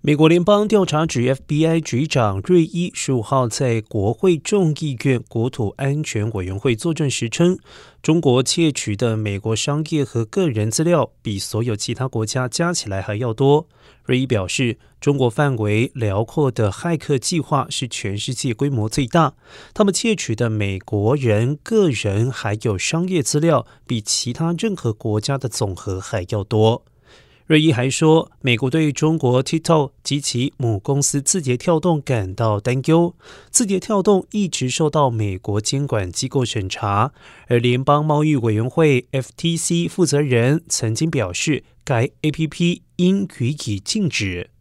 美国联邦调查局 FBI 局长瑞伊15号在国会众议院国土安全委员会作证时称，中国窃取的美国商业和个人资料比所有其他国家加起来还要多。瑞伊表示，中国范围辽阔的骇客计划是全世界规模最大，他们窃取的美国人个人还有商业资料比其他任何国家的总和还要多。瑞伊还说，美国对中国 TikTok 及其母公司字节跳动感到担忧。字节跳动一直受到美国监管机构审查，而联邦贸易委员会 FTC 负责人曾经表示，该 APP 应予以禁止。